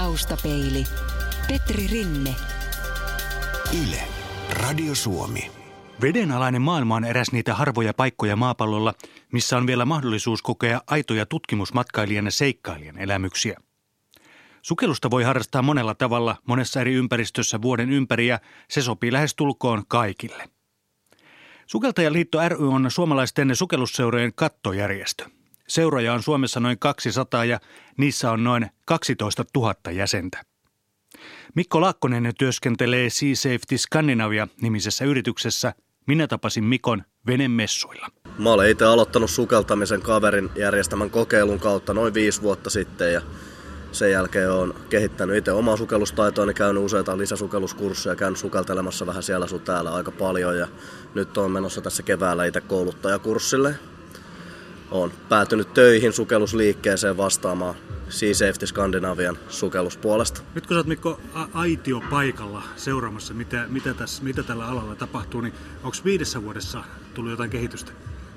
Taustapeili. Petri Rinne. Yle, Radio Suomi. Vedenalainen maailma on eräs niitä harvoja paikkoja maapallolla, missä on vielä mahdollisuus kokea aitoja tutkimusmatkailijan ja seikkailijan elämyksiä. Sukellusta voi harrastaa monella tavalla, monessa eri ympäristössä vuoden ympäri ja se sopii lähestulkoon kaikille. Sukeltajaliitto ry on suomalaisten sukellusseurojen kattojärjestö. Seuroja on Suomessa noin 200 ja niissä on noin 12 000 jäsentä. Mikko Laakkonen työskentelee Sea Safety Scandinavia-nimisessä yrityksessä. Minä tapasin Mikon venemessuilla. Mä olen itse aloittanut sukeltamisen kaverin järjestämän kokeilun kautta noin 5 vuotta sitten ja sen jälkeen olen kehittänyt itse omaa sukellustaitoa, käynyt useita lisäsukelluskursseja, käynyt sukeltelemassa vähän siellä sun täällä aika paljon ja nyt olen menossa tässä keväällä itse kouluttajakurssille. Olen päätynyt töihin sukellusliikkeeseen vastaamaan Sea Safety Scandinavian sukelluspuolesta. Nyt kun sä oot Mikko aitiopaikalla seuraamassa, mitä tällä alalla tapahtuu, niin onko 5 vuodessa tullut jotain kehitystä?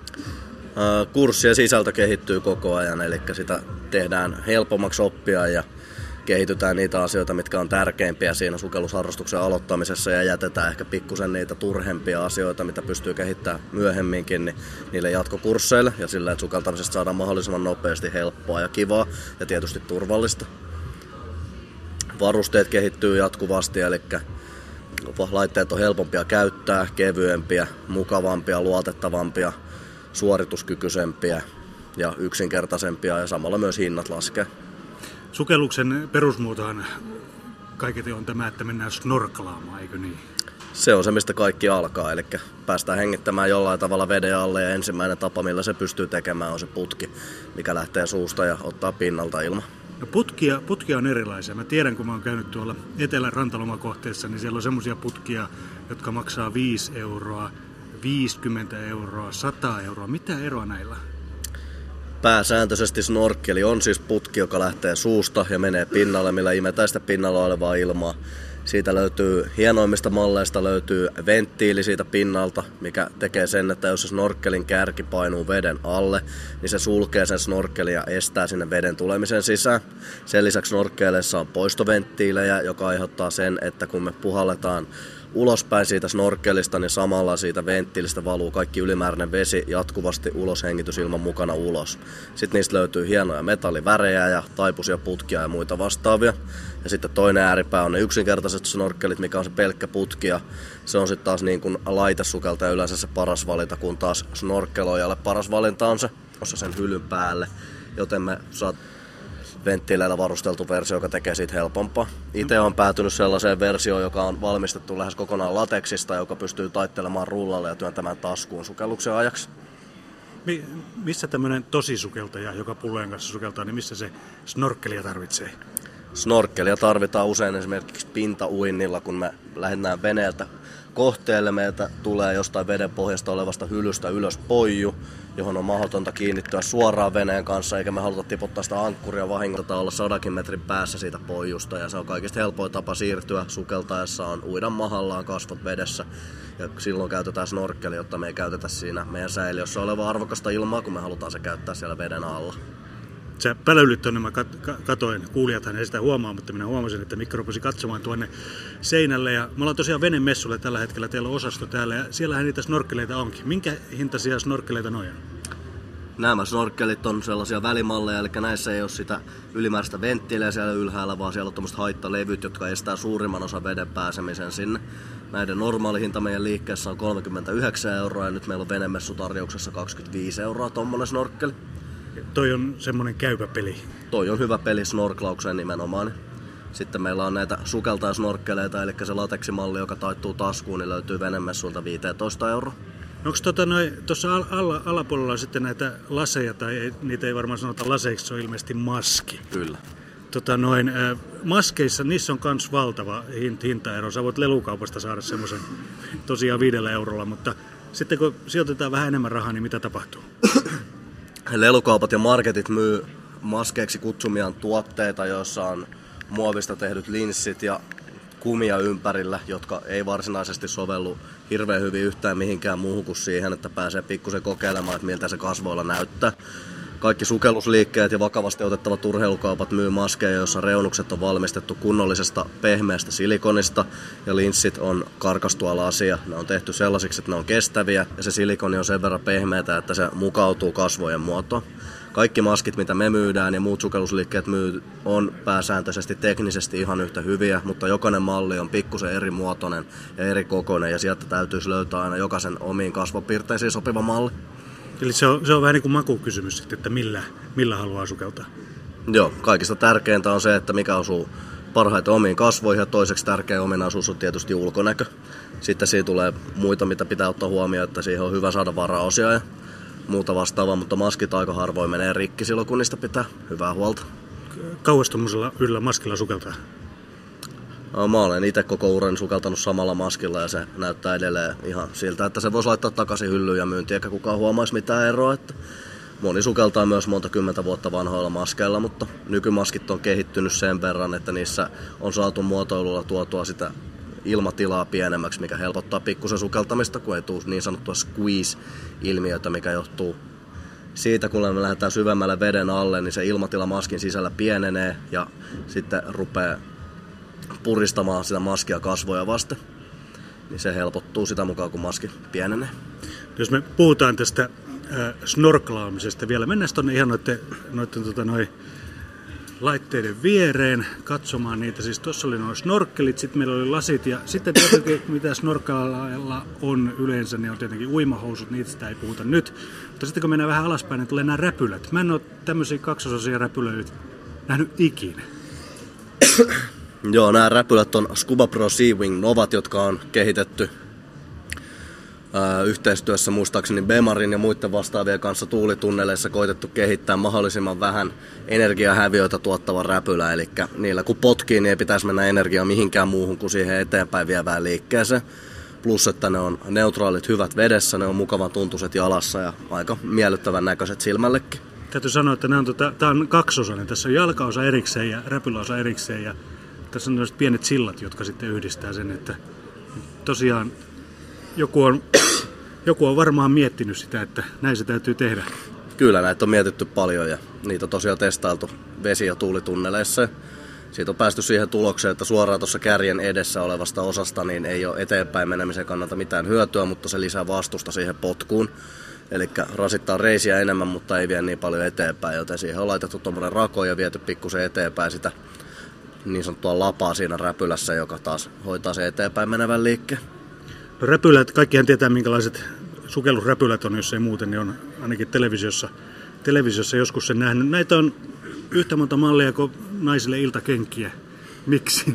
Kurssien sisältö kehittyy koko ajan, eli sitä tehdään helpommaksi oppia ja kehitytään niitä asioita, mitkä on tärkeimpiä siinä sukellusharrastuksen aloittamisessa ja jätetään ehkä pikkusen niitä turhempia asioita, mitä pystyy kehittämään myöhemminkin niin niille jatkokursseille ja sillä, että sukeltamisesta saadaan mahdollisimman nopeasti helppoa ja kivaa ja tietysti turvallista. Varusteet kehittyy jatkuvasti, eli laitteet on helpompia käyttää, kevyempiä, mukavampia, luotettavampia, suorituskykyisempiä ja yksinkertaisempia ja samalla myös hinnat laskee. Sukelluksen perusmuotohan kaiketi on tämä, että mennään snorklaamaan, eikö niin? Se on se, mistä kaikki alkaa, eli päästään hengittämään jollain tavalla veden alle ja ensimmäinen tapa, millä se pystyy tekemään, on se putki, mikä lähtee suusta ja ottaa pinnalta ilma. No putkia on erilaisia. Mä tiedän, kun mä oon käynyt tuolla etelän rantalomakohteessa, niin siellä on semmoisia putkia, jotka maksaa 5 euroa, 50 euroa, 100 euroa. Mitä eroa näillä? Pääsääntöisesti snorkkeli on siis putki, joka lähtee suusta ja menee pinnalle, millä imetään sitä pinnalla olevaa ilmaa. Siitä löytyy hienoimmista malleista löytyy venttiili siitä pinnalta, mikä tekee sen, että jos se snorkkelin kärki painuu veden alle, niin se sulkee sen snorkkelin ja estää sinne veden tulemisen sisään. Sen lisäksi snorkkeleissa on poistoventtiilejä, joka aiheuttaa sen, että kun me puhalletaan ulospäin siitä snorkkelista, niin samalla siitä venttiilistä valuu kaikki ylimääräinen vesi jatkuvasti ulos hengitysilman mukana ulos. Sitten niistä löytyy hienoja metallivärejä ja taipuisia putkia ja muita vastaavia. Ja sitten toinen ääripää on ne yksinkertaiset snorkkelit, mikä on se pelkkä putki. Ja se on sitten taas niin kuin laitesukeltaja yleensä se paras valinta, kun taas snorkkeloijalle paras valinta on se sen hylyn päälle. Joten me saat venttiileillä varusteltu versio, joka tekee siitä helpompaa. Itse olen päätynyt sellaiseen versioon, joka on valmistettu lähes kokonaan lateksista, joka pystyy taittelemaan rullalle ja työntämään taskuun sukelluksen ajaksi. Missä tämmöinen tosisukeltaja, joka pullojen kanssa sukeltaa, niin missä se snorkkelia tarvitsee? Snorkkelia tarvitaan usein esimerkiksi pintauinnilla, kun me lähdetään veneeltä kohteelle. Meiltä tulee jostain veden pohjasta olevasta hylystä ylös poiju, johon on mahdotonta kiinnittyä suoraan veneen kanssa, eikä me haluta tiputtaa sitä ankkuria vahingossa olla 100 metrin päässä siitä poijusta. Ja se on kaikista helpoin tapa siirtyä sukeltaessa on uida mahallaan kasvot vedessä. Ja silloin käytetään snorkkelia, jotta me ei käytetä siinä meidän säiliössä olevaa arvokasta ilmaa, kun me halutaan se käyttää siellä veden alla. Sä pälöilyt tuonne, mä katoin, kuulijathan ei sitä huomaa, mutta minä huomasin, että Mikko rupesi katsomaan tuonne seinälle. Ja me ollaan tosiaan venemessulle tällä hetkellä, teillä on osasto täällä ja siellähän niitä snorkkeleita onkin. Minkä hintaisia snorkkeleita noin on? Nämä snorkkelit on sellaisia välimalleja, eli näissä ei ole sitä ylimääräistä venttiiliä siellä ylhäällä, vaan siellä on tämmöiset haittalevyt, jotka estää suurimman osan veden pääsemisen sinne. Näiden normaali hinta meidän liikkeessä on 39 euroa ja nyt meillä on venemessutarjouksessa 25 euroa tommonen snorkkeli. Toi on semmonen käypä peli. Toi on hyvä peli snorklaukseen nimenomaan. Sitten meillä on näitä sukeltajasnorkkeleita, eli se lateksimalli, joka taittuu taskuun, niin löytyy venemessuilta 15 euroa. Onko tuossa alapuolella sitten näitä laseja, tai niitä ei varmaan sanota laseiksi, se on ilmeisesti maski? Kyllä. Maskeissa, niissä on myös valtava hintaero. Sä voit lelukaupasta saada semmoisen tosiaan 5 eurolla, mutta sitten kun sijoitetaan vähän enemmän rahaa, niin mitä tapahtuu? Lelukaupat ja marketit myy maskeiksi kutsumiaan tuotteita, joissa on muovista tehdyt linssit ja kumia ympärillä, jotka ei varsinaisesti sovellu hirveän hyvin yhtään mihinkään muuhun kuin siihen, että pääsee pikkusen kokeilemaan, että miltä se kasvoilla näyttää. Kaikki sukellusliikkeet ja vakavasti otettavat urheilukaupat myy maskeja, joissa reunukset on valmistettu kunnollisesta pehmeästä silikonista ja linssit on karkastua lasia. Ne on tehty sellaisiksi, että ne on kestäviä ja se silikoni on sen verran pehmeätä, että se mukautuu kasvojen muotoon. Kaikki maskit, mitä me myydään ja muut sukellusliikkeet myy, on pääsääntöisesti teknisesti ihan yhtä hyviä, mutta jokainen malli on pikkusen eri muotoinen ja eri kokoinen ja sieltä täytyisi löytää aina jokaisen omiin kasvopiirteisiin sopiva malli. Eli se on vähän niin kuin makukysymys sitten, että millä haluaa sukeltaa? Joo, kaikista tärkeintä on se, että mikä osuu parhaiten omiin kasvoihin ja toiseksi tärkeä ominaisuus on tietysti ulkonäkö. Sitten siitä tulee muita, mitä pitää ottaa huomioon, että siihen on hyvä saada varaosia ja muuta vastaavaa, mutta maskit aika harvoin menee rikki silloin, kun niistä pitää hyvää huolta. Kauas tuommoisella yhdellä maskilla sukeltaa? Mä olen itse koko uran sukeltanut samalla maskilla ja se näyttää edelleen ihan siltä, että se voisi laittaa takaisin hyllyyn ja myyntiin, eikä kukaan huomaisi mitään eroa. Että moni sukeltaa myös monta 10 vuotta vanhoilla maskeilla, mutta nykymaskit on kehittynyt sen verran, että niissä on saatu muotoilulla tuotua sitä ilmatilaa pienemmäksi, mikä helpottaa pikkusen sukeltamista, kun ei tule niin sanottua squeeze-ilmiötä, mikä johtuu siitä, kun me lähdetään syvemmälle veden alle, niin se ilmatila maskin sisällä pienenee ja sitten rupeaa puristamaan sitä maskia kasvoja vasten. Niin se helpottuu sitä mukaan, kun maski pienenee. Jos me puhutaan tästä snorklaamisesta vielä, mennään tuonne ihan noiden laitteiden viereen katsomaan niitä. Siis tuossa oli nuo snorkkelit, sitten meillä oli lasit ja sitten tietenkin mitä snorkkelilla on yleensä, niin on tietenkin uimahousut, niistä ei puhuta nyt. Mutta sitten kun mennään vähän alaspäin, niin tulee nämä räpylät. Mä en ole tämmöisiä kaksosasia räpylöitä nähnyt ikinä. Joo, nämä räpylät on Scuba Pro Seawing Novat, jotka on kehitetty yhteistyössä muistaakseni Bemarin ja muiden vastaavien kanssa tuulitunneleissa koitettu kehittää mahdollisimman vähän energiahäviöitä tuottava räpylä. Eli niillä kun potkii, niin ei pitäisi mennä energiaa mihinkään muuhun kuin siihen eteenpäin vievään liikkeeseen. Plus, että ne on neutraalit hyvät vedessä, ne on mukavan tuntuiset jalassa ja aika miellyttävän näköiset silmällekin. Täytyy sanoa, että tämä on kaksosainen. Tässä on jalkaosa erikseen ja räpyläosa erikseen ja tässä on myös pienet sillat, jotka sitten yhdistää sen, että tosiaan joku on varmaan miettinyt sitä, että näin se täytyy tehdä. Kyllä, näitä on mietitty paljon ja niitä on tosiaan testailtu vesi- ja tuulitunneleissa. Siitä on päästy siihen tulokseen, että suoraan tuossa kärjen edessä olevasta osasta niin ei ole eteenpäin menemisen kannalta mitään hyötyä, mutta se lisää vastusta siihen potkuun. Eli rasittaa reisiä enemmän, mutta ei vie niin paljon eteenpäin, joten siihen on laitettu tuommoinen rako ja viety pikkusen eteenpäin sitä niin sanottua lapaa siinä räpylässä, joka taas hoitaa se eteenpäin menevän liikkeen. No räpylät, kaikkihan tietää minkälaiset sukellusräpylät on, jos ei muuten, niin on ainakin televisiossa joskus sen nähnyt. Näitä on yhtä monta mallia kuin naisille iltakenkiä. Miksi?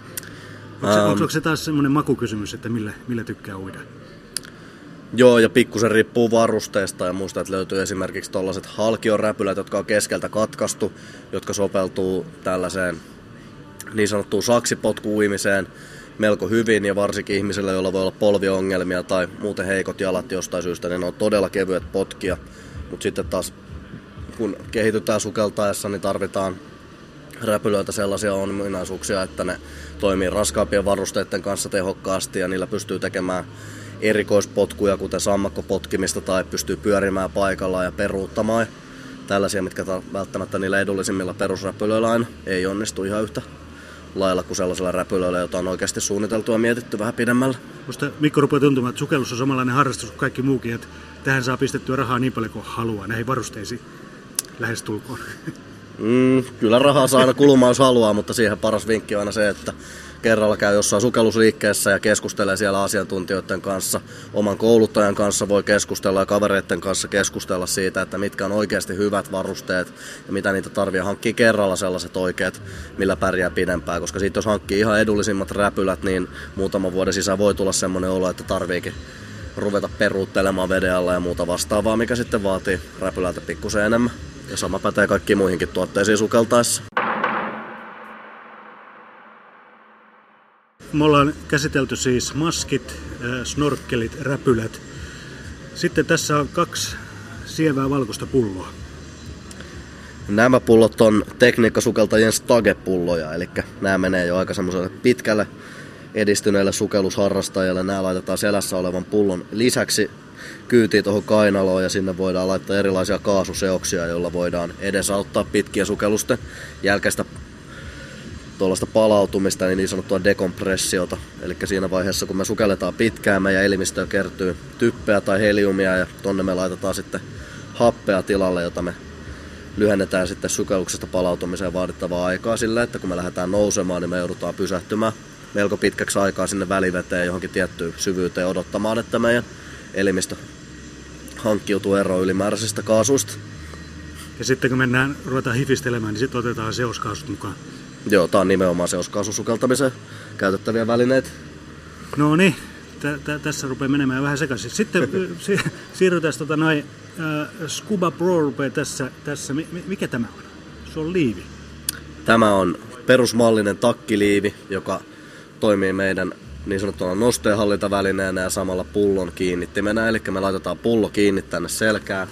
Onko se taas semmoinen makukysymys, että millä tykkää uida? Joo, ja pikkusen riippuu varusteesta ja muista, että löytyy esimerkiksi tollaiset halkioräpylät, jotka on keskeltä katkaistu, jotka sopeltuu tällaiseen niin sanottuun saksipotku-uimiseen melko hyvin ja varsinkin ihmisille, joilla voi olla polviongelmia tai muuten heikot jalat jostain syystä, niin ne on todella kevyet potkia. Mutta sitten taas kun kehitytään sukeltaessa, niin tarvitaan räpylöitä sellaisia ominaisuuksia, että ne toimii raskaampien varusteiden kanssa tehokkaasti ja niillä pystyy tekemään erikoispotkuja, kuten sammakkopotkimista tai pystyy pyörimään paikallaan ja peruuttamaan. Tällaisia, mitkä välttämättä niillä edullisimmilla perusräpylöillä aina ei onnistu ihan yhtä lailla kuin sellaisella räpylöillä, jota on oikeasti suunniteltu ja mietitty vähän pidemmällä. Musta Mikko rupeaa tuntumaan, että sukellus on samanlainen harrastus kuin kaikki muukin, että tähän saa pistettyä rahaa niin paljon kuin haluaa, näihin varusteisiin lähestulkoon. Kyllä rahaa saa aina kulumaan, jos haluaa, mutta siihen paras vinkki on aina se, että kerralla käy jossain sukellusliikkeessä ja keskustelee siellä asiantuntijoiden kanssa. Oman kouluttajan kanssa voi keskustella ja kavereiden kanssa keskustella siitä, että mitkä on oikeasti hyvät varusteet ja mitä niitä tarvii hankkia kerralla sellaiset oikeat, millä pärjää pidempään. Koska sitten jos hankkii ihan edullisimmat räpylät, niin muutaman vuoden sisään voi tulla semmoinen olo, että tarviikin ruveta peruuttelemaan veden alla ja muuta vastaavaa, mikä sitten vaatii räpylältä pikkusen enemmän. Ja sama pätee kaikkiin muihinkin tuotteisiin sukeltaessa. Me ollaan käsitelty siis maskit, snorkkelit, räpylät. Sitten tässä on 2 sievää valkoista pulloa. Nämä pullot on tekniikkasukeltajien Stage-pulloja, eli nämä menee jo aika semmoiselle pitkälle edistyneelle sukellusharrastajalle. Nämä laitetaan selässä olevan pullon lisäksi kyytiin tuohon kainaloon ja sinne voidaan laittaa erilaisia kaasuseoksia, joilla voidaan edesauttaa pitkiä sukellusten jälkeistä tuollaista palautumista, niin sanottua dekompressiota. Eli siinä vaiheessa, kun me sukelletaan pitkään, meidän elimistöön kertyy typpeä tai heliumia ja tonne me laitetaan sitten happea tilalle, jota me lyhennetään sitten sukelluksesta palautumiseen vaadittavaa aikaa sillä, että kun me lähdetään nousemaan, niin me joudutaan pysähtymään melko pitkäksi aikaa sinne väliveteen johonkin tiettyyn syvyyteen odottamaan, että meidän elimistö hankkiutuu eroon ylimääräisistä kaasuista. Ja sitten kun ruvetaan hifistelemään, niin sitten otetaan seoskaasut mukaan. Joo, tää on nimenomaan seoskaasusukeltamiseen käytettäviä välineitä. No niin, tässä rupeaa menemään vähän sekaisin. Sitten siirrytään Scuba Pro rupeaa tässä. Mikä tämä on? Se on liivi. Tämä on perusmallinen takkiliivi, joka toimii meidän niin sanottuna nosteenhallintavälineenä ja samalla pullon kiinnittimenä. Eli me laitetaan pullo kiinni tänne selkään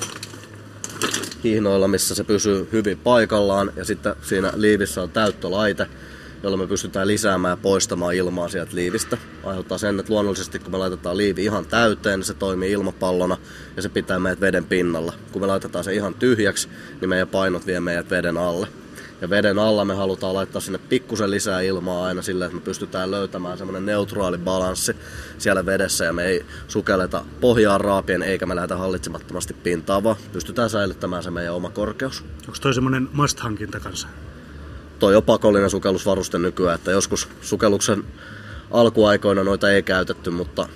hihnoilla, missä se pysyy hyvin paikallaan. Ja sitten siinä liivissä on täyttölaite, jolla me pystytään lisäämään ja poistamaan ilmaa sieltä liivistä. Aiheuttaa sen, että luonnollisesti kun me laitetaan liivi ihan täyteen, niin se toimii ilmapallona ja se pitää meidät veden pinnalla. Kun me laitetaan se ihan tyhjäksi, niin meidän painot vie meidät veden alle. Ja veden alla me halutaan laittaa sinne pikkusen lisää ilmaa aina sillä, että me pystytään löytämään semmoinen neutraali balanssi siellä vedessä ja me ei sukelleta pohjaan raapien eikä me lähdetä hallitsemattomasti pintaan, vaan pystytään säilyttämään se meidän oma korkeus. Onko toi semmoinen must-hankinta kanssa? Toi on pakollinen sukellusvaruste nykyään, että joskus sukelluksen alkuaikoina noita ei käytetty, mutta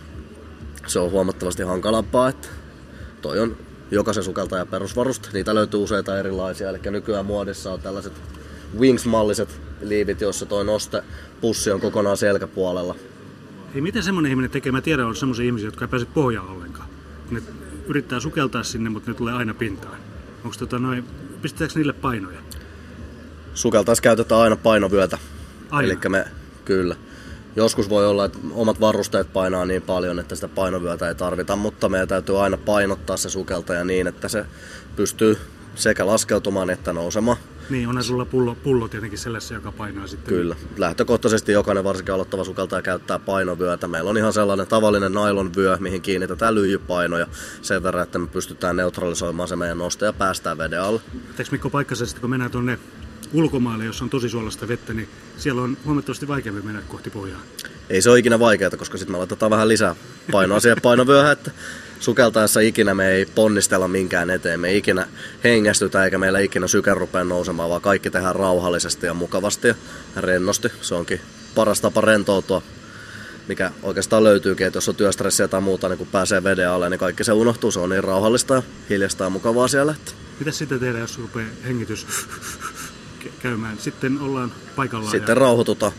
se on huomattavasti hankalampaa, että toi on jokaisen sukeltajan perusvaruste. Niitä löytyy useita erilaisia, eli nykyään muodissa on tällaiset Wings-malliset liivit, joissa toi nostepussi on kokonaan selkäpuolella. Hei, miten semmoinen ihminen tekee? Mä tiedän, on semmoisia ihmisiä, jotka ei pääse pohjaan ollenkaan. Ne yrittää sukeltaa sinne, mutta ne tulee aina pintaan. Onko pistetäänkö niille painoja? Sukeltaessa käytetään aina painovyötä. Aina? Elikkä kyllä. Joskus voi olla, että omat varusteet painaa niin paljon, että sitä painovyötä ei tarvita, mutta meidän täytyy aina painottaa se sukeltaja niin, että se pystyy sekä laskeutumaan että nousemaan. Niin, onhan sulla pullo tietenkin sellaisessa, joka painaa sitten. Kyllä. Lähtökohtaisesti jokainen varsinkin aloittava sukeltaja käyttää painovyötä. Meillä on ihan sellainen tavallinen nailonvyö, mihin kiinnitetään lyijypainoja sen verran, että me pystytään neutralisoimaan se meidän noste ja päästään veden alle. Teekö Mikko paikkaisesti, kun mennään tuonne ulkomaille, jos on tosi suolasta vettä, niin siellä on huomattavasti vaikeampi mennä kohti pohjaa? Ei se ole ikinä vaikeaa, koska sitten me laitetaan vähän lisää painoa siihen painovyöhön, että sukeltaessa ikinä me ei ponnistella minkään eteen, me ei ikinä hengästytä eikä meillä ikinä syke rupea nousemaan, vaan kaikki tehdään rauhallisesti ja mukavasti ja rennosti. Se onkin paras tapa rentoutua, mikä oikeastaan löytyykin, että jos on työstressiä tai muuta, niin kun pääsee veden alle, niin kaikki se unohtuu. Se on niin rauhallista ja hiljasta ja mukavaa siellä. Mitäs sitten tehdään, jos rupeaa hengitys käymään? Sitten ollaan paikallaan. Sitten rauhoitutaan.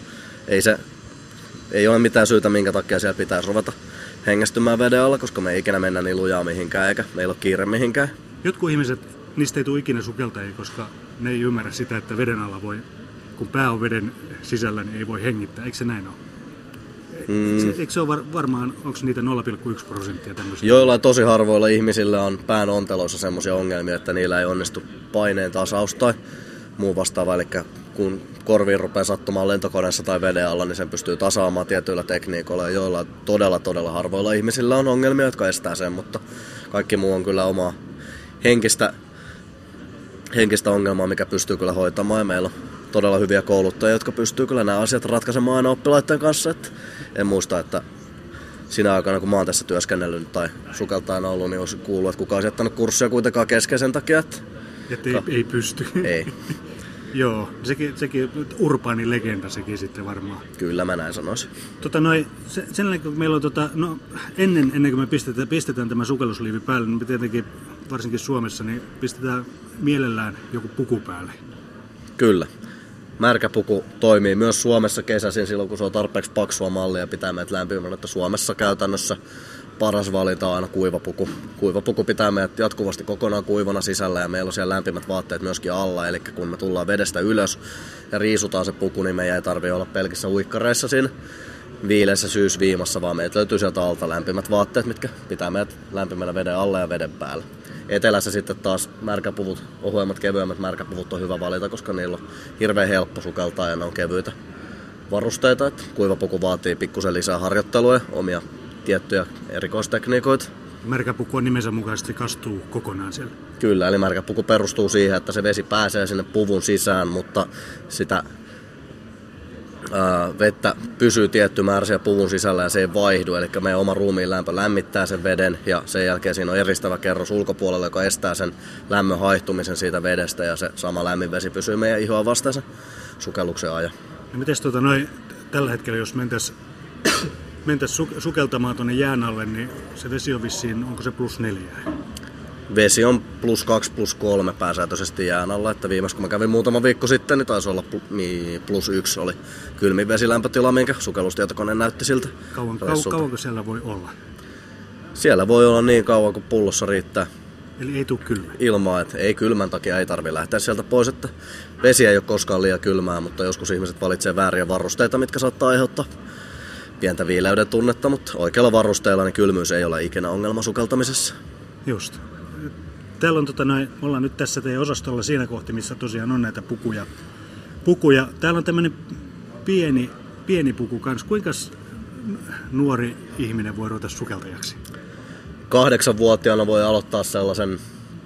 Ei ole mitään syytä, minkä takia siellä pitäisi ruveta hengästymään veden alla, koska me ei ikinä mennä niin lujaa mihinkään, eikä meillä ole kiire mihinkään. Jotkut ihmiset, niistä ei tule ikinä sukeltajia, koska ne ei ymmärrä sitä, että veden alla voi, kun pää on veden sisällä, niin ei voi hengittää. Eikö se näin ole? Eikö se ole varmaan, onko niitä 0,1% tämmöisiä? Joillain tosi harvoilla ihmisillä on pään onteloissa semmoisia ongelmia, että niillä ei onnistu paineen tasaus tai muu vastaava. Eli kun korviin rupeaa sattumaan lentokoneessa tai veden alla, niin sen pystyy tasaamaan tietyillä tekniikoilla. Ja joillain todella harvoilla ihmisillä on ongelmia, jotka estää sen, mutta kaikki muu on kyllä omaa henkistä ongelmaa, mikä pystyy kyllä hoitamaan. Ja meillä on todella hyviä kouluttajia, jotka pystyy kyllä nämä asiat ratkaisemaan aina oppilaiden kanssa. Et en muista, että sinä aikana, kun mä oon tässä työskennellyt tai sukeltajana ollut, niin olisi kuullut, että kukaan olisi jättänyt kurssia kuitenkaan kesken sen takia, että ei pysty. Ei. Joo, sekin urbaani legenda sekin sitten varmaan. Kyllä mä näin sanoisin. Sen jälkeen kun meillä on ennen kuin me pistetään tämä sukellusliivi päälle, niin me tietenkin varsinkin Suomessa niin pistetään mielellään joku puku päälle. Kyllä. Märkäpuku toimii myös Suomessa kesäisin silloin, kun se on tarpeeksi paksua mallia ja pitää meidät lämpimänä, että Suomessa käytännössä paras valinta on aina kuivapuku. Kuivapuku pitää meidät jatkuvasti kokonaan kuivana sisällä ja meillä on siellä lämpimät vaatteet myöskin alla. Eli kun me tullaan vedestä ylös ja riisutaan se puku, niin meidän ei tarvitse olla pelkissä uikkareissa siinä viileässä syysviimassa, vaan meiltä löytyy sieltä alta lämpimät vaatteet, mitkä pitää meidät lämpimänä veden alla ja veden päällä. Etelässä sitten taas märkäpuvut, ohuemmat, kevyemmät märkäpuvut on hyvä valita, koska niillä on hirveän helppo sukeltaa ja ne on kevyitä varusteita. Että kuivapuku vaatii pikkusen lisää harjoittelua ja omia tiettyjä erikoistekniikoita Märkäpuku on nimensä mukaisesti kastuu kokonaan siellä. Kyllä, eli märkäpuku perustuu siihen, että se vesi pääsee sinne puvun sisään, mutta sitä vettä pysyy tietty määrä siellä puvun sisällä ja se ei vaihdu. Eli meidän oma ruumiin lämpö lämmittää sen veden ja sen jälkeen siinä on eristävä kerros ulkopuolella, joka estää sen lämmön haihtumisen siitä vedestä ja se sama lämmin vesi pysyy meidän ihoa vastaisen sukelluksen ajan. No mites tällä hetkellä, jos mentäisiin sukeltamaan tuonne jään alle, niin se vesi on vissiin, onko se +4? Vesi on +2, +3 pääsääntöisesti jään alla, että viimeis kun mä kävin muutama viikko sitten, niin taisi olla +1 oli kylmin vesilämpötila, minkä sukellustietokone näytti siltä. Kauanko siellä voi olla? Siellä voi olla niin kauan kuin pullossa riittää. Eli ei tule kylmä? Ilmaa, että ei kylmän takia ei tarvitse lähteä sieltä pois, että vesi ei ole koskaan liian kylmää, mutta joskus ihmiset valitsee vääriä varusteita, mitkä saattaa aiheuttaa pientä viileyden tunnetta, mutta oikealla varusteella niin kylmyys ei ole ikinä ongelma sukeltamisessa. Just. Täällä on me ollaan nyt tässä teidän osastolla siinä kohti, missä tosiaan on näitä pukuja. Täällä on tämmöinen pieni puku kanssa. Kuinka nuori ihminen voi ruveta sukeltajaksi? 8-vuotiaana voi aloittaa sellaisen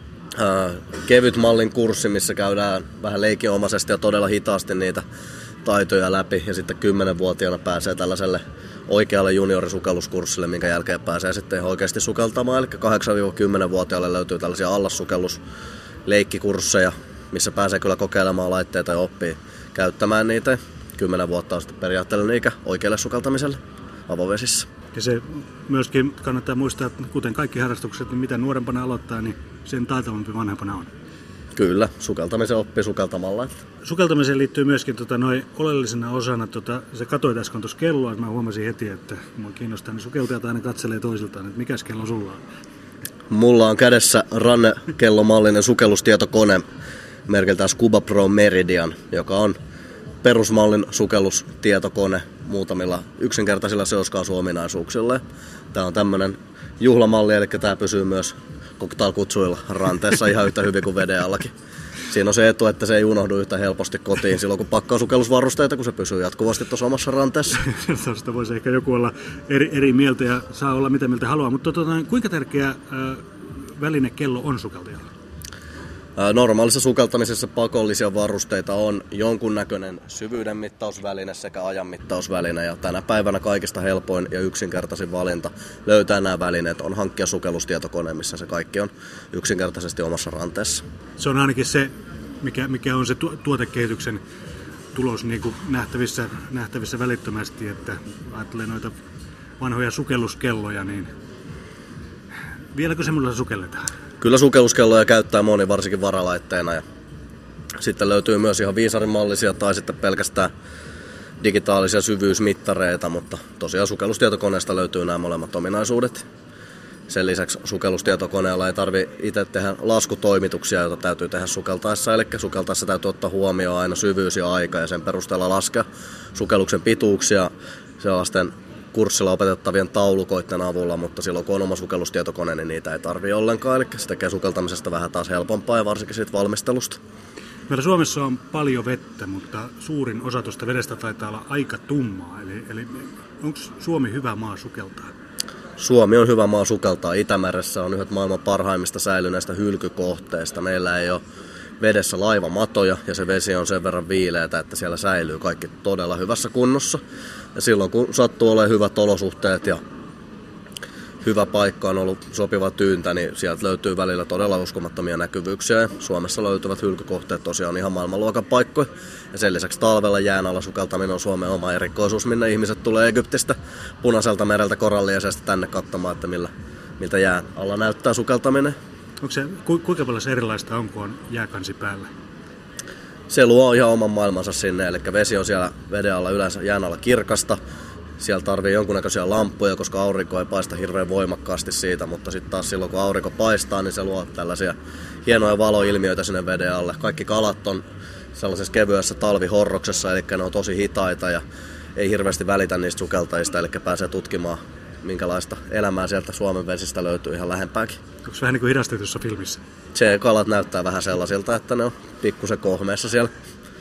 kevyt mallin kurssi, missä käydään vähän leikinomaisesti ja todella hitaasti niitä taitoja läpi. Ja sitten 10-vuotiaana pääsee tällaiselle oikealle juniorisukelluskurssille, minkä jälkeen pääsee sitten oikeasti sukeltamaan. Eli 8-10-vuotiaalle löytyy tällaisia allassukellusleikkikursseja, missä pääsee kyllä kokeilemaan laitteita ja oppii käyttämään niitä. 10 vuotta on sitten periaatteellinen ikä oikealle sukeltamiselle avovesissä. Ja se myöskin kannattaa muistaa, että kuten kaikki harrastukset, niin mitä nuorempana aloittaa, niin sen taitavampi vanhempana on. Kyllä, sukeltamisen oppii sukeltamalla. Sukeltamiseen liittyy myöskin oleellisena osana, se katsoit äsken tuossa kelloa, että mä huomasin heti, että mua kiinnostaa, niin sukeltajat aina katselee toisiltaan, että mikäs kello sulla on? Mulla on kädessä rannekellomallinen sukellustietokone merkiltään Scuba Pro Meridian, joka on perusmallin sukellustietokone muutamilla yksinkertaisilla seoskaasuominaisuuksilla. Tämä on tämmönen juhlamalli, eli tämä pysyy myös cocktailkutsuilla ranteessa ihan yhtä hyvin kuin veden allakin. Siinä on se etu, että se ei unohdu yhtä helposti kotiin silloin, kun pakkaa sukellusvarusteita, kun se pysyy jatkuvasti tuossa omassa ranteessa. Tuosta voisi ehkä joku olla eri mieltä ja saa olla mitä mieltä haluaa, mutta kuinka tärkeä väline kello on sukeltajalla? Normaalissa sukeltamisessa pakollisia varusteita on jonkunnäköinen syvyyden mittausväline sekä ajan mittausväline. Ja tänä päivänä kaikista helpoin ja yksinkertaisin valinta löytää nämä välineet on hankkia sukellustietokone, missä se kaikki on yksinkertaisesti omassa ranteessa. Se on ainakin se, mikä on se tuotekehityksen tulos niin kuin nähtävissä välittömästi, että ajattelee noita vanhoja sukelluskelloja, niin vieläkö semmoisella sukelletaan? Kyllä sukelluskelloja käyttää moni varsinkin varalaitteena ja sitten löytyy myös ihan viisarimallisia tai sitten pelkästään digitaalisia syvyysmittareita, mutta tosiaan sukellustietokoneesta löytyy nämä molemmat ominaisuudet. Sen lisäksi sukellustietokoneella ei tarvitse itse tehdä laskutoimituksia, joita täytyy tehdä sukeltaessa, eli sukeltaessa täytyy ottaa huomioon aina syvyys ja aika ja sen perusteella laskea sukelluksen pituuksia sellaisten kurssilla opetettavien taulukoiden avulla, mutta silloin kun on oma sukellustietokone, niin niitä ei tarvitse ollenkaan. Eli se tekee sukeltamisesta vähän taas helpompaa ja varsinkin siitä valmistelusta. Meillä Suomessa on paljon vettä, mutta suurin osa tuosta vedestä taitaa olla aika tummaa. Eli onko Suomi hyvä maa sukeltaa? Suomi on hyvä maa sukeltaa. Itämeressä on yhdet maailman parhaimmista säilyneistä hylkykohteista. Meillä ei ole vedessä laivamatoja ja se vesi on sen verran viileätä, että siellä säilyy kaikki todella hyvässä kunnossa. Ja silloin kun sattuu olemaan hyvät olosuhteet ja hyvä paikka on ollut sopiva tyyntä, niin sieltä löytyy välillä todella uskomattomia näkyvyyksiä. Ja Suomessa löytyvät hylkykohteet tosiaan ihan maailmanluokan paikkoja. Ja sen lisäksi talvella jään alla sukeltaminen on Suomen oma erikoisuus, minne ihmiset tulee Egyptistä, Punaiselta mereltä, Koralliaseesta tänne katsomaan, että miltä jään alla näyttää sukeltaminen. Onko se, kuinka paljon se erilaista on, kun on jääkansi päällä? Se luo ihan oman maailmansa sinne, eli vesi on siellä veden alla yleensä jään alla kirkasta. Siellä tarvii jonkunnäköisiä lamppuja, koska aurinko ei paista hirveän voimakkaasti siitä, mutta sitten taas silloin kun aurinko paistaa, niin se luo tällaisia hienoja valoilmiöitä sinne veden alle. Kaikki kalat on sellaisessa kevyessä talvihorroksessa, eli ne on tosi hitaita ja ei hirveästi välitä niistä sukeltajista, eli pääsee tutkimaan, minkälaista elämää sieltä Suomen vesistä löytyy ihan lähempääkin. Onko vähän niin kuin hidastetussa filmissä? Se kalat näyttää vähän sellaisilta, että ne on pikkusen kohmeessa siellä.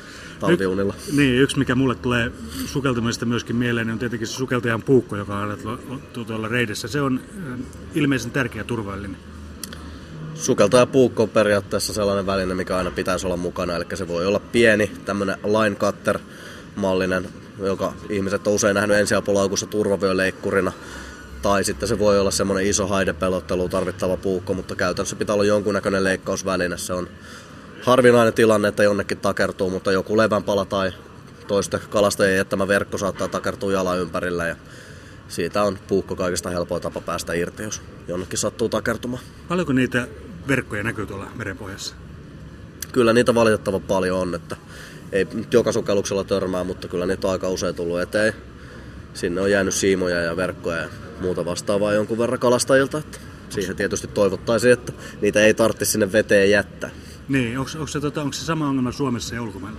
talviunilla. Yksi mikä mulle tulee sukeltamisesta myöskin mieleen, on tietenkin se sukeltajan puukko, joka on tuolla reidessä. Se on ilmeisen tärkeä turvallinen. Sukeltajan puukko on periaatteessa sellainen väline, mikä aina pitäisi olla mukana. Eli se voi olla pieni, tämmöinen line cutter-mallinen, joka ihmiset on usein nähnyt ensiapulaukussa turvavyöleikkurina. Tai sitten se voi olla semmoinen iso haidepelotteluun tarvittava puukko, mutta käytännössä pitää olla jonkunnäköinen leikkausväline. Se on harvinainen tilanne, että jonnekin takertuu, mutta joku levänpala tai toisten kalastajien jättämä verkko saattaa takertua jalan ympärillä. Ja siitä on puukko kaikista helpoin tapa päästä irti, jos jonnekin sattuu takertumaan. Paljonko niitä verkkoja näkyy tuolla merenpohjassa? Kyllä niitä valitettavan paljon on, että ei nyt joka sukelluksella törmää, mutta kyllä niitä on aika usein tullut eteen. Sinne on jäänyt siimoja ja verkkoja ja muuta vastaavaa jonkun verran kalastajilta. Että siihen tietysti toivottaisiin, että niitä ei tarvitse sinne veteen jättää. Niin, onko se sama ongelma Suomessa ja ulkomailla?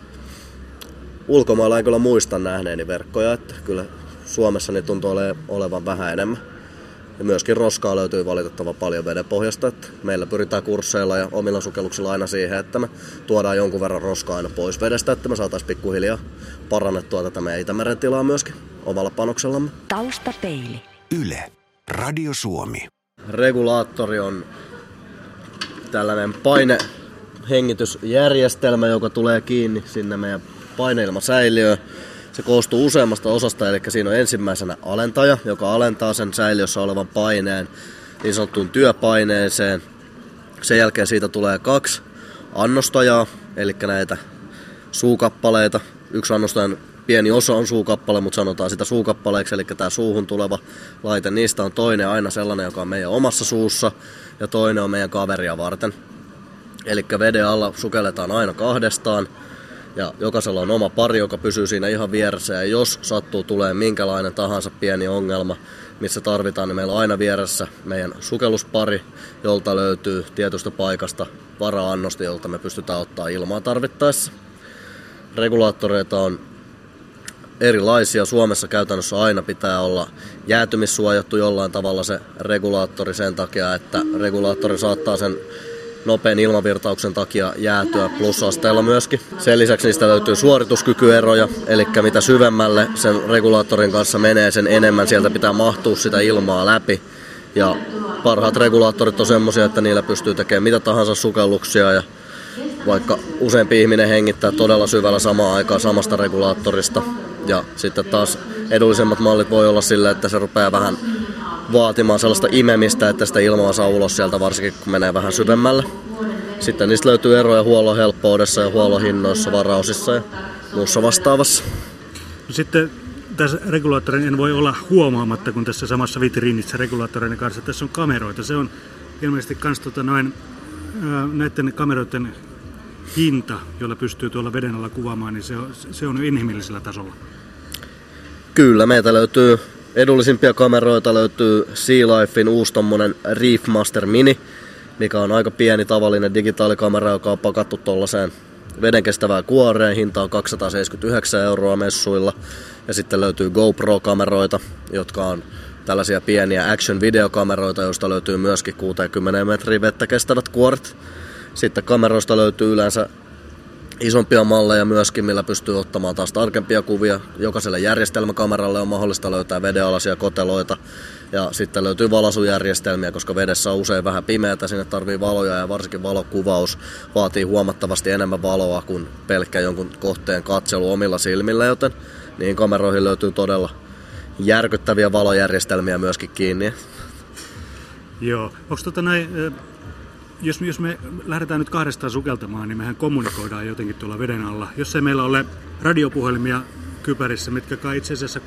Ulkomailla en kyllä muista nähneeni verkkoja, että kyllä Suomessa niin tuntuu olevan vähän enemmän. Ja myöskin roskaa löytyy valitettavan paljon vedenpohjasta, että meillä pyritään kursseilla ja omilla sukelluksilla aina siihen, että me tuodaan jonkun verran roskaa aina pois vedestä, että me saataisiin pikkuhiljaa parannettua tätä meidän Itämeren tilaa myöskin omalla panoksellamme. Taustapeili. Yle, Radio Suomi. Regulaattori on tällainen painehengitysjärjestelmä, joka tulee kiinni sinne meidän paineilmasäiliöön. Se koostuu useammasta osasta, eli siinä on ensimmäisenä alentaja, joka alentaa sen säiliössä olevan paineen niin sanottuun työpaineeseen. Sen jälkeen siitä tulee 2 annostajaa, eli näitä suukappaleita. Yksi annostajan pieni osa on suukappale, mutta sanotaan sitä suukappaleeksi, eli tämä suuhun tuleva laite. Niistä on toinen aina sellainen, joka on meidän omassa suussa, ja toinen on meidän kaveria varten. Eli veden alla sukelletaan aina 2. Ja jokaisella on oma pari, joka pysyy siinä ihan vieressä. Ja jos sattuu tulee minkälainen tahansa pieni ongelma, missä tarvitaan, niin meillä on aina vieressä meidän sukelluspari, jolta löytyy tietystä paikasta vara-annosta, jolta me pystytään ottaa ilmaa tarvittaessa. Regulaattoreita on erilaisia. Suomessa käytännössä aina pitää olla jäätymissuojattu jollain tavalla se regulaattori sen takia, että regulaattori saattaa sen nopean ilmavirtauksen takia jäätyä plusasteella myöskin. Sen lisäksi niistä löytyy suorituskykyeroja, eli mitä syvemmälle sen regulaattorin kanssa menee, sen enemmän sieltä pitää mahtua sitä ilmaa läpi. Ja parhaat regulaattorit on semmoisia, että niillä pystyy tekemään mitä tahansa sukelluksia ja vaikka useampi ihminen hengittää todella syvällä samaan aikaan samasta regulaattorista. Ja sitten taas edullisemmat mallit voi olla sillä, että se rupeaa vähän vaatimaan sellaista imemistä, että sitä ilmaa saa ulos sieltä, varsinkin kun menee vähän syvemmälle. Sitten niistä löytyy eroja huollon helppoudessa ja huollon hinnoissa, varaosissa ja muussa vastaavassa. Sitten tässä regulaattorin en voi olla huomaamatta, kun tässä samassa vitriinissä regulaattoreiden kanssa tässä on kameroita. Se on ilmeisesti myös näiden kameroiden hinta, jolla pystyy tuolla veden alla kuvaamaan, niin se on inhimillisellä tasolla. Kyllä, meiltä löytyy edullisimpia kameroita, löytyy Sea Lifein uusi tommonen Reef Master Mini, mikä on aika pieni tavallinen digitaalikamera, joka on pakattu tollaiseen vedenkestävään kuoreen. Hinta on 279 € messuilla. Ja sitten löytyy GoPro-kameroita, jotka on tällaisia pieniä action-videokameroita, joista löytyy myöskin 60 metriä vettä kestävät kuoret. Sitten kameroista löytyy yleensä isompia malleja myöskin, millä pystyy ottamaan taas tarkempia kuvia. Jokaiselle järjestelmäkameralle on mahdollista löytää vedenalaisia koteloita. Ja sitten löytyy valaisujärjestelmiä, koska vedessä on usein vähän pimeätä, sinne tarvii valoja ja varsinkin valokuvaus vaatii huomattavasti enemmän valoa kuin pelkkä jonkun kohteen katselu omilla silmillä, joten niihin kameroihin löytyy todella järkyttäviä valojärjestelmiä myöskin kiinni. Joo, onko jos me lähdetään nyt 2 sukeltamaan, niin mehän kommunikoidaan jotenkin tuolla veden alla. Jos ei meillä ole radiopuhelimia kypärissä, mitkä kai itse asiassa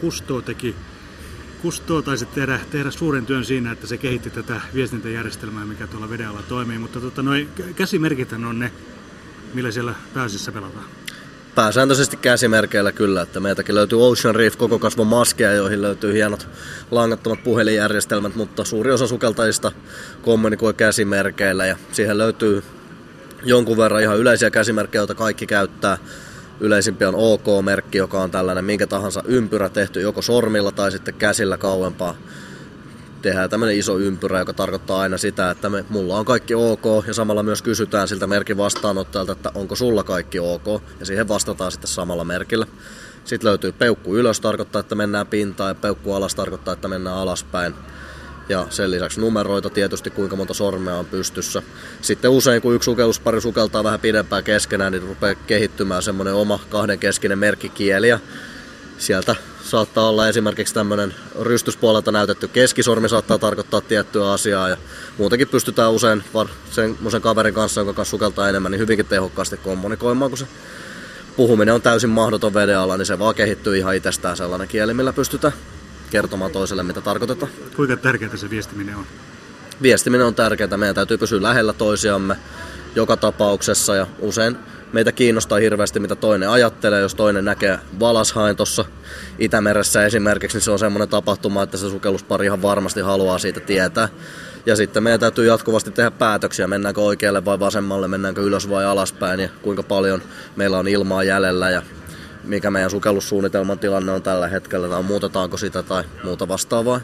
Kusto taisi tehdä suuren työn siinä, että se kehitti tätä viestintäjärjestelmää, mikä tuolla veden alla toimii. Mutta käsimerkithän on ne, millä siellä pääasiassa pelataan. Pääsääntöisesti käsimerkeillä kyllä, että meiltäkin löytyy Ocean Reef koko kasvon maskeja, joihin löytyy hienot langattomat puhelinjärjestelmät, mutta suuri osa sukeltajista kommunikoi käsimerkeillä ja siihen löytyy jonkun verran ihan yleisiä käsimerkkejä, joita kaikki käyttää. Yleisimpiä on OK-merkki, joka on tällainen minkä tahansa ympyrä tehty joko sormilla tai sitten käsillä kauempaa tehdään tämmöinen iso ympyrä, joka tarkoittaa aina sitä, että mulla on kaikki ok, ja samalla myös kysytään siltä merkin vastaanottajalta, että onko sulla kaikki ok, ja siihen vastataan sitten samalla merkillä. Sitten löytyy peukku ylös, tarkoittaa, että mennään pintaan, ja peukku alas tarkoittaa, että mennään alaspäin. Ja sen lisäksi numeroita tietysti, kuinka monta sormea on pystyssä. Sitten usein, kun yksi sukelluspari sukeltaa vähän pidempään keskenään, niin rupeaa kehittymään semmoinen oma kahdenkeskinen merkkikieli. Ja sieltä saattaa olla esimerkiksi tämmöinen rystyspuolelta näytetty keskisormi saattaa tarkoittaa tiettyä asiaa. Ja muutenkin pystytään usein sen kaverin kanssa, jonka kanssa sukeltaa enemmän, niin hyvinkin tehokkaasti kommunikoimaan, kun se puhuminen on täysin mahdoton veden alla, niin se vaan kehittyy ihan itsestään sellainen kieli, millä pystytään kertomaan toiselle, mitä tarkoitetaan. Kuinka tärkeää se viestiminen on? Viestiminen on tärkeää. Meidän täytyy pysyä lähellä toisiamme joka tapauksessa ja usein meitä kiinnostaa hirveästi, mitä toinen ajattelee. Jos toinen näkee valashain tuossa Itämeressä esimerkiksi, niin se on semmoinen tapahtuma, että se sukelluspari ihan varmasti haluaa siitä tietää. Ja sitten meidän täytyy jatkuvasti tehdä päätöksiä, mennäänkö oikealle vai vasemmalle, mennäänkö ylös vai alaspäin ja kuinka paljon meillä on ilmaa jäljellä ja mikä meidän sukellussuunnitelman tilanne on tällä hetkellä, tai muutetaanko sitä tai muuta vastaavaa.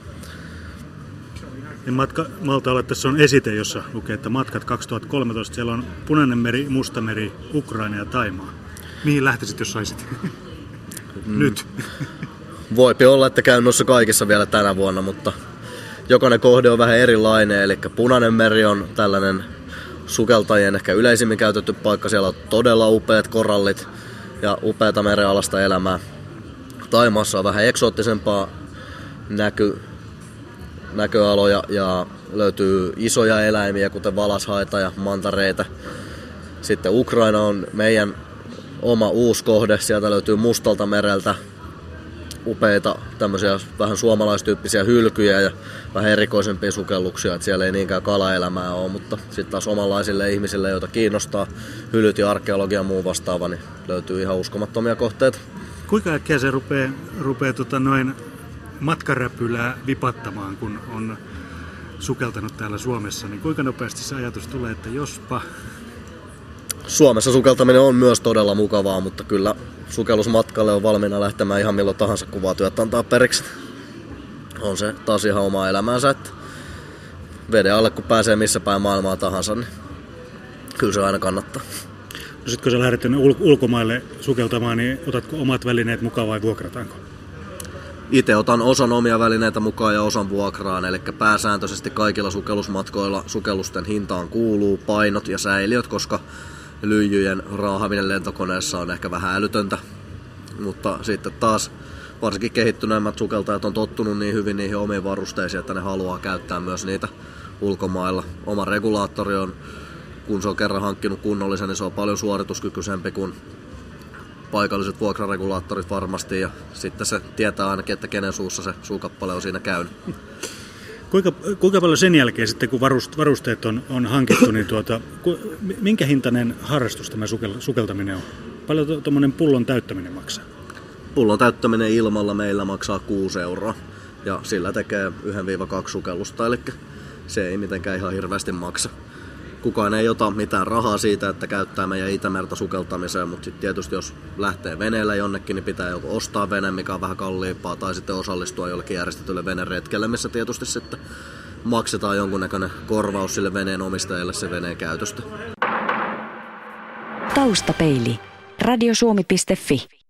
Malta olla, tässä on esite, jossa lukee, että matkat 2013, siellä on Punainen meri, Musta meri, Ukraina ja Thaimaa. Mihin lähtisit, jos saisit? Nyt. Voipi olla, että käyn noissa kaikissa vielä tänä vuonna, mutta jokainen kohde on vähän erilainen, eli Punainen meri on tällainen sukeltajien ehkä yleisimmin käytetty paikka, siellä on todella upeat korallit ja upeata merenalasta elämää. Thaimaassa on vähän eksoottisempaa näköaloja ja löytyy isoja eläimiä, kuten valashaita ja mantareita. Sitten Ukraina on meidän oma uusi kohde, sieltä löytyy Mustalta mereltä upeita tämmöisiä vähän suomalaistyyppisiä hylkyjä ja vähän erikoisempia sukelluksia, että siellä ei niinkään kalaelämää ole, mutta sitten taas omanlaisille ihmisille, joita kiinnostaa hylyt ja arkeologia ja muu vastaava, niin löytyy ihan uskomattomia kohteita. Kuinka äkkiä se rupeaa matkaräpylää vipattamaan, kun on sukeltanut täällä Suomessa, niin kuinka nopeasti se ajatus tulee, että jospa... Suomessa sukeltaminen on myös todella mukavaa, mutta kyllä sukellusmatkalle on valmiina lähtemään ihan milloin tahansa, kun vaan työt antaa periksi. On se taas ihan omaa elämäänsä, että veden alle kun pääsee missä päin maailmaa tahansa, niin kyllä se aina kannattaa. No sit kun sä lähdet ulkomaille sukeltamaan, niin otatko omat välineet mukaan vai vuokrataanko? Itse otan osan omia välineitä mukaan ja osan vuokraan, eli pääsääntöisesti kaikilla sukellusmatkoilla sukellusten hintaan kuuluu painot ja säiliöt, koska lyijyjen raahaminen lentokoneessa on ehkä vähän älytöntä. Mutta sitten taas varsinkin kehittyneemmät sukeltajat on tottunut niin hyvin niihin omiin varusteisiin, että ne haluaa käyttää myös niitä ulkomailla. Oma regulaattori on, kun se on kerran hankkinut kunnollisen, niin se on paljon suorituskykyisempi kuin paikalliset vuokraregulaattorit varmasti, ja sitten se tietää ainakin, että kenen suussa se suukappale on siinä käynyt. Kuinka paljon sen jälkeen sitten, kun varusteet on hankittu, niin minkä hintainen harrastus tämä sukeltaminen on? Paljon tuommoinen pullon täyttäminen maksaa? Pullon täyttäminen ilmalla meillä maksaa 6 €, ja sillä tekee 1-2 sukellusta, eli se ei mitenkään ihan hirveästi maksa. Kukaan ei ota mitään rahaa siitä, että käyttää meidän Itämerta sukeltamiseen, mutta sitten tietysti jos lähtee veneellä jonnekin, niin pitää joko ostaa vene, mikä on vähän kalliimpaa, tai sitten osallistua jollekin järjestetylle veneretkelle, missä tietysti sitten maksetaan jonkunnäköinen korvaus sille veneen omistajalle se veneen käytöstä. Taustapeili. Radiosuomi.fi